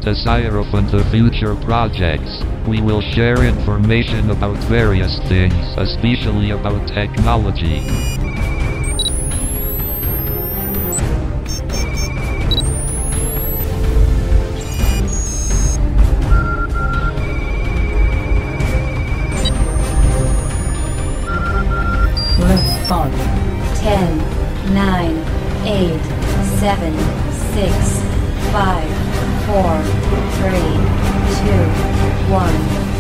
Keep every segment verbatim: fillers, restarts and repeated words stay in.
desire open to future projects. We will share information about various things, especially about technology. Let's start. ten, nine, eight, seven, six, five, four, three, two, one.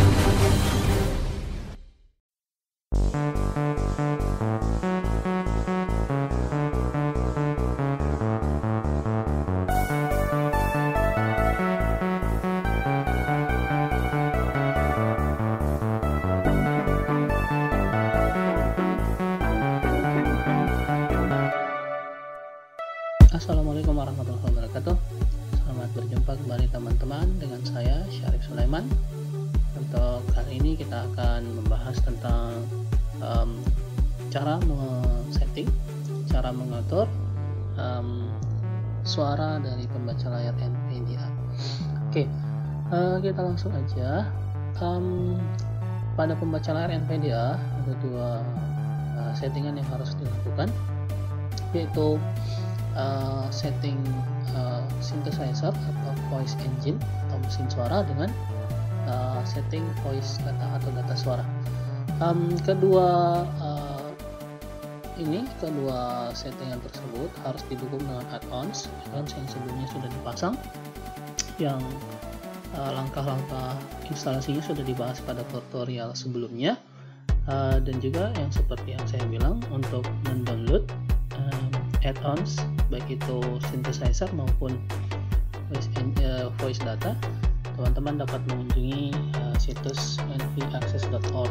Assalamualaikum warahmatullahi wabarakatuh. Selamat berjumpa kembali teman-teman dengan saya Syarif Sulaiman. Untuk kali ini kita akan membahas tentang um, cara men-setting, cara mengatur um, suara dari pembaca layar NVIDIA. Oke, uh, kita langsung aja. Um, pada pembaca layar NVIDIA ada dua uh, settingan yang harus dilakukan, yaitu Uh, setting uh, synthesizer atau voice engine atau mesin suara dengan uh, setting voice data atau data suara. Um, kedua uh, ini kedua settingan tersebut harus didukung dengan add-ons, add-ons yang sebelumnya sudah dipasang, yang uh, langkah-langkah instalasinya sudah dibahas pada tutorial sebelumnya, uh, dan juga yang seperti yang saya bilang untuk mendownload um, add-ons baik itu synthesizer maupun voice, uh, voice data, teman-teman dapat mengunjungi uh, situs n v access dot org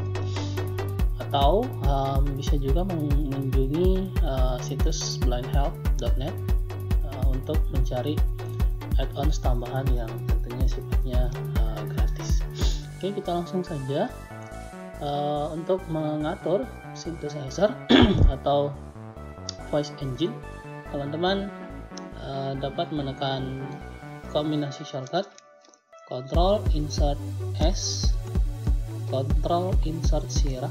atau um, bisa juga mengunjungi uh, situs blind help dot net uh, untuk mencari add-ons tambahan yang tentunya sifatnya uh, gratis. Oke, kita langsung saja uh, untuk mengatur synthesizer atau voice engine. Teman-teman uh, dapat menekan kombinasi shortcut Ctrl Insert S, Ctrl Insert Sierra.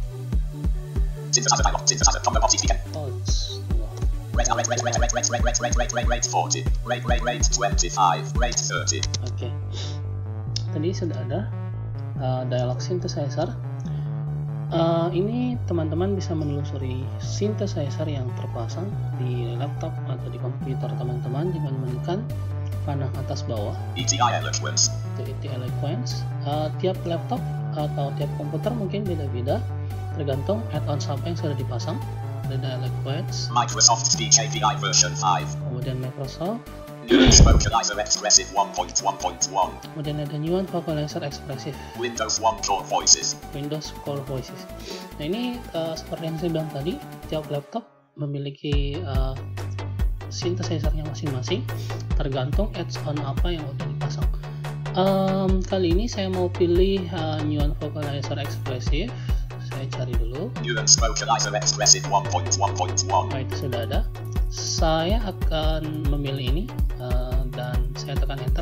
Oh, Rate, rate, rate, rate, rate, rate, rate, rate, rate, rate, rate forty, rate, rate, rate twenty-five, rate thirty. Oke, tadi sudah ada uh, dialog synthesizer. Uh, ini teman-teman bisa menelusuri synthesizer yang terpasang di laptop atau di komputer teman-teman dengan menekan panah atas bawah. E T I Eloquence. Itu E T I Eloquence. Uh, tiap laptop atau tiap komputer mungkin beda-beda, tergantung add-ons apa yang sudah dipasang. Ada Eloquence, Microsoft Speech A P I version five. Kemudian Microsoft. Nuance Vocalizer Expressive one point one point one. Kemudian ada Nuance Vocalizer Expressive. Windows One Core Voices. Windows Core Voices. Nah ini uh, seperti yang saya bilang tadi, tiap laptop memiliki uh, synthesizer-nya masing-masing, tergantung add-on apa yang udah dipasang. Um, kali ini saya mau pilih uh, Nuance Vocalizer Expressive. Saya cari dulu. Nuance Vocalizer Expressive one point one point one. Nah itu sudah ada. Saya akan memilih ini uh, dan saya tekan enter.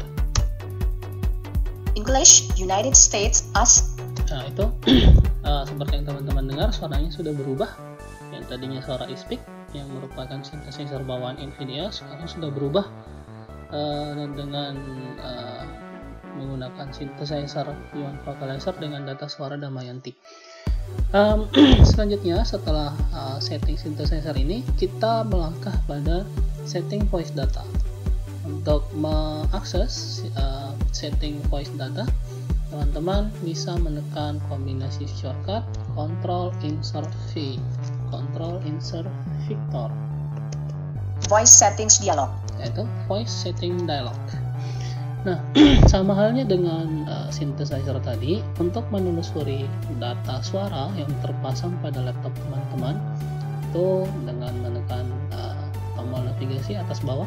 English, United States, us. Nah itu uh, seperti yang teman-teman dengar, suaranya sudah berubah. Yang tadinya suara iSpeak yang merupakan synthesizer bawaan NVIDIA sekarang sudah berubah uh, dengan uh, menggunakan synthesizer Nuance Vocalizer dengan data suara Damayanti. Um, selanjutnya setelah uh, setting synthesizer ini, kita melangkah pada setting voice data. Untuk mengakses uh, setting voice data, teman-teman bisa menekan kombinasi shortcut Ctrl Insert V, Ctrl Insert Victor, Voice Settings Dialog, yaitu voice setting dialog. Nah, sama halnya dengan uh, synthesizer tadi, untuk menelusuri data suara yang terpasang pada laptop teman-teman, itu dengan menekan uh, tombol navigasi atas bawah.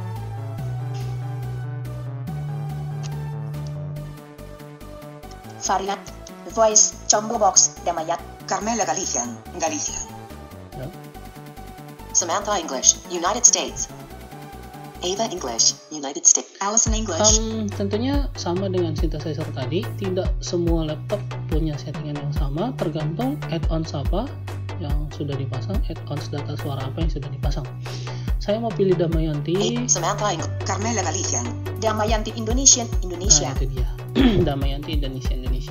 Variant, Voice, Combo Box, Damayat, Carmela Galician, Galicia. Ya. Samantha English, United States. Ava English, United States. Allison English. Um, tentunya sama dengan synthesizer tadi, tidak semua laptop punya settingan yang sama, tergantung add-ons apa yang sudah dipasang, add-ons data suara apa yang sudah dipasang. Saya mau pilih Damayanti. Hey, Samantha Eng- Carmela Galicia. Damayanti Indonesian, Indonesia. Nah, itu dia. Damayanti Indonesia, Indonesia.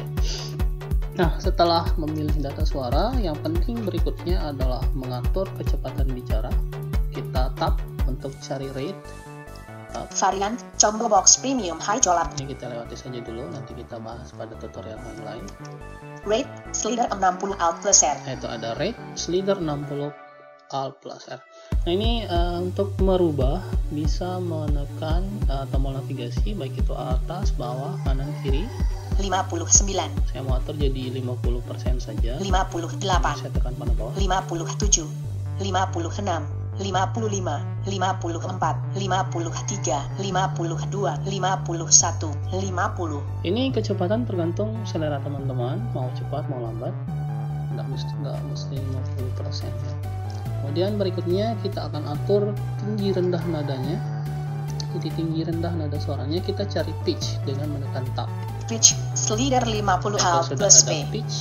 Nah, setelah memilih data suara, yang penting berikutnya adalah mengatur kecepatan bicara. Kita tap untuk cari rate. Tap. Varian Combo Box Premium High Colap. Ini kita lewati saja dulu, nanti kita bahas pada tutorial yang lain. Rate Slider enam puluh Alt plus R. Nah, itu ada rate slider enam puluh Alt plus R. Nah, ini uh, untuk merubah bisa menekan uh, tombol navigasi baik itu atas, bawah, kanan, kiri. lima puluh sembilan. Saya mau atur jadi lima puluh persen saja. lima puluh delapan. Saya tekan panah bawah. lima puluh tujuh. lima puluh enam. lima puluh lima. lima puluh empat. lima puluh tiga. lima puluh dua. lima puluh satu. lima puluh. Ini kecepatan tergantung selera teman-teman, mau cepat mau lambat. Nggak mesti nggak mesti lima puluh persen ya. Kemudian berikutnya kita akan atur tinggi rendah nadanya. Jadi tinggi rendah nada suaranya kita cari pitch dengan menekan tab. Pitch Slider lima puluh Kalau Alt sudah plus ada V. pitch,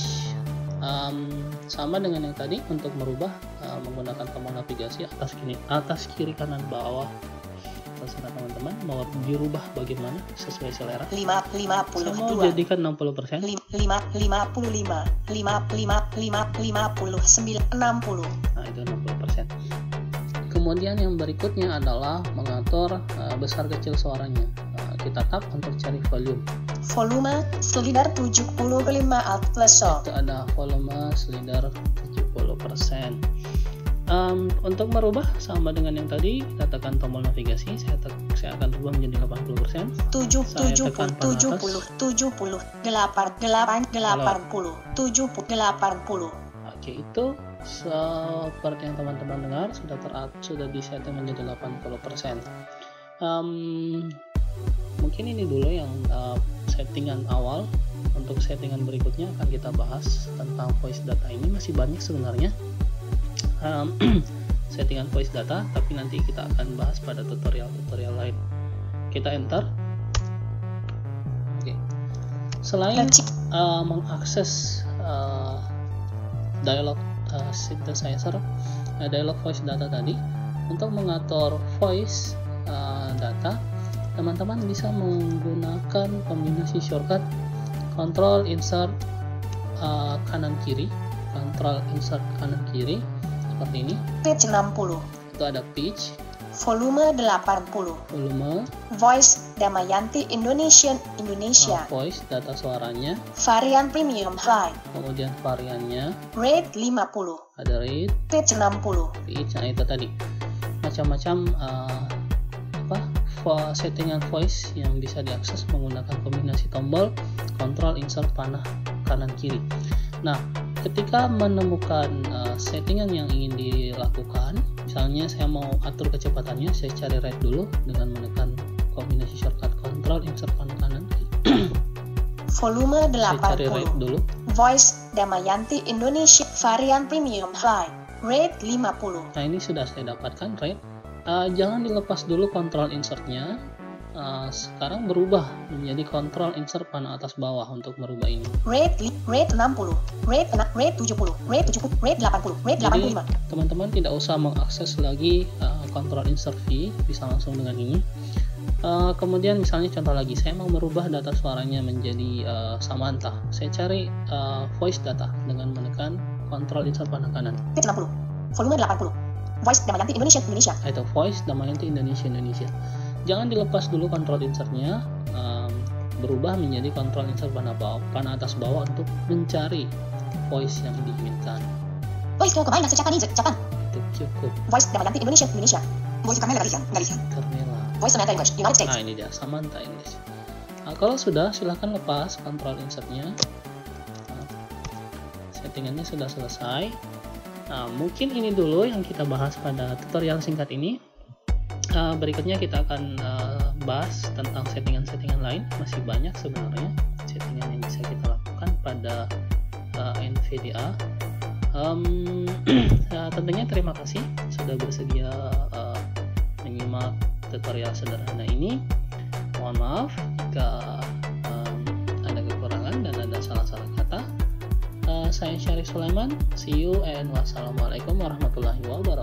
um, sama dengan yang tadi untuk merubah uh, menggunakan tombol navigasi atas kiri, atas kiri kanan bawah. Terserah teman-teman mau dirubah bagaimana sesuai selera. lima lima puluh Saya mau dua. jadikan enam puluh persen. lima lima puluh lima. lima lima lima lima puluh sembilan. enam puluh. Nah, itu enam puluh persen. Kemudian yang berikutnya adalah mengatur uh, besar kecil suaranya. Uh, kita tap untuk cari volume. Volume Slider tujuh puluh lima Alt plus O. Itu ada volume slider tujuh puluh persen. Um, untuk merubah sama dengan yang tadi, kita tekan tombol navigasi. Saya, saya akan rubah menjadi delapan puluh persen. tujuh Saya tujuh tekan puluh panah tujuh atas. puluh tujuh puluh delapan delapan delapan puluh tujuh puluh delapan puluh. Oke, itu seperti yang teman-teman dengar sudah terat sudah disetting menjadi delapan puluh persen. Um, mungkin ini dulu yang uh, settingan awal. Untuk settingan berikutnya akan kita bahas tentang voice data. Ini masih banyak sebenarnya um, settingan voice data, tapi nanti kita akan bahas pada tutorial-tutorial lain. Kita enter. Oke. Selain uh, mengakses uh, dialog uh, synthesizer, uh, dialog voice data tadi, untuk mengatur voice uh, data, teman-teman bisa menggunakan kombinasi shortcut Control Insert uh, kanan kiri, Control Insert kanan kiri seperti ini. Pitch enam puluh. Itu ada pitch, Volume delapan puluh. volume, Voice Damayanti Indonesian uh, Indonesia. voice data suaranya, Varian Premium High. kemudian variannya, Rate lima puluh. ada rate, Pitch enam puluh. pitch, nah itu tadi macam-macam uh, apa vo- settingan voice yang bisa diakses menggunakan kombinasi tombol Control Insert panah kanan kiri. Nah, ketika menemukan uh, settingan yang ingin dilakukan, misalnya saya mau atur kecepatannya, saya cari rate dulu dengan menekan kombinasi shortcut Control Insert panah kanan. Volume Saya delapan cari rate puluh. dulu. Voice Damayanti Indonesia. Varian Premium High. Rate lima puluh. Nah, ini sudah saya dapatkan rate. Uh, jangan dilepas dulu Control Insertnya. Uh, sekarang berubah menjadi Control Insert panah atas bawah untuk merubah ini. Rate li- rate enam puluh. Rate enam, rate tujuh puluh. Rate tujuh puluh. Rate delapan puluh. Rate delapan Jadi puluh lima. teman-teman tidak usah mengakses lagi uh, Control Insert V, bisa langsung dengan ini. Uh, kemudian misalnya contoh lagi, saya mau merubah data suaranya menjadi uh, Samantha. Saya cari uh, voice data dengan menekan Control Insert panah kanan. Rate enam puluh. Volume delapan puluh. Voice Damayanti Indonesia Indonesia. Itu voice Damayanti Indonesia Indonesia. Jangan dilepas dulu Control Insertnya, um, berubah menjadi Control Insert panah bawah, panah atas bawah untuk mencari voice yang diinginkan. Voice ko kumain sa Japanese. Japan. Itu cukup. Voice Damayanti Indonesia Indonesia. Voice Carmela Galicia. Galicia. Carmela. Voice Samantha English. United States. Nah, ini dia Samantha English. Nah, kalau sudah, silahkan lepas Control Insertnya. Nah, settingannya sudah selesai. Nah, mungkin ini dulu yang kita bahas pada tutorial singkat ini. Uh, berikutnya kita akan uh, bahas tentang settingan-settingan lain. Masih banyak sebenarnya settingan yang bisa kita lakukan pada uh, N V D A. Um, uh, tentunya terima kasih sudah bersedia uh, menyimak tutorial sederhana ini. Mohon maaf jika um, ada kekurangan dan ada salah-salah kata. Uh, saya Syarif Sulaiman. See you and wassalamualaikum warahmatullahi wabarakatuh.